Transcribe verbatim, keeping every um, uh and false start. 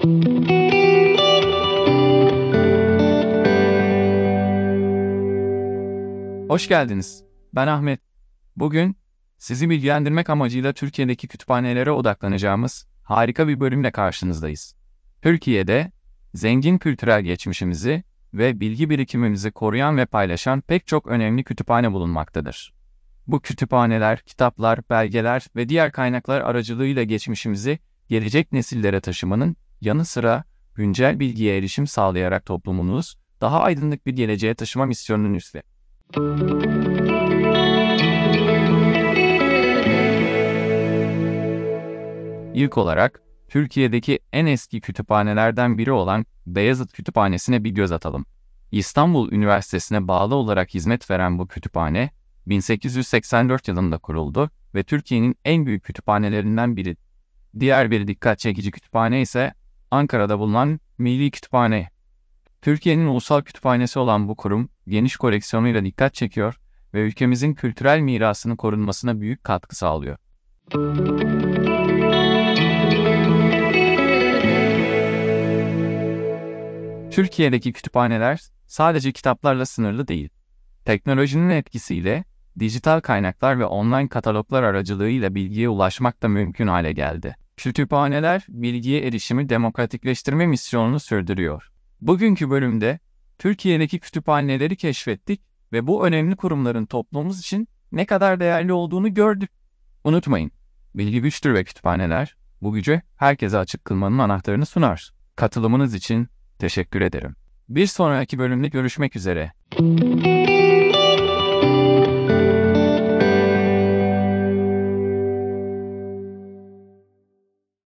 Hoş geldiniz. Ben Ahmet. Bugün sizi bilgilendirmek amacıyla Türkiye'deki kütüphanelere odaklanacağımız harika bir bölümle karşınızdayız. Türkiye'de zengin kültürel geçmişimizi ve bilgi birikimimizi koruyan ve paylaşan pek çok önemli kütüphane bulunmaktadır. Bu kütüphaneler, kitaplar, belgeler ve diğer kaynaklar aracılığıyla geçmişimizi gelecek nesillere taşımanın yanı sıra güncel bilgiye erişim sağlayarak toplumumuz daha aydınlık bir geleceğe taşıma misyonunun üstlenir. İlk olarak Türkiye'deki en eski kütüphanelerden biri olan Beyazıt Kütüphanesi'ne bir göz atalım. İstanbul Üniversitesi'ne bağlı olarak hizmet veren bu kütüphane, bin sekiz yüz seksen dört yılında kuruldu ve Türkiye'nin en büyük kütüphanelerinden biri. Diğer bir dikkat çekici kütüphane ise Ankara'da bulunan Milli Kütüphane. Türkiye'nin ulusal kütüphanesi olan bu kurum, geniş koleksiyonuyla dikkat çekiyor ve ülkemizin kültürel mirasının korunmasına büyük katkı sağlıyor. Türkiye'deki kütüphaneler sadece kitaplarla sınırlı değil. Teknolojinin etkisiyle dijital kaynaklar ve online kataloglar aracılığıyla bilgiye ulaşmak da mümkün hale geldi. Kütüphaneler, bilgiye erişimi demokratikleştirme misyonunu sürdürüyor. Bugünkü bölümde Türkiye'deki kütüphaneleri keşfettik ve bu önemli kurumların toplumumuz için ne kadar değerli olduğunu gördük. Unutmayın, bilgi güçtür ve kütüphaneler bu gücü herkese açık kılmanın anahtarını sunar. Katılımınız için teşekkür ederim. Bir sonraki bölümde görüşmek üzere.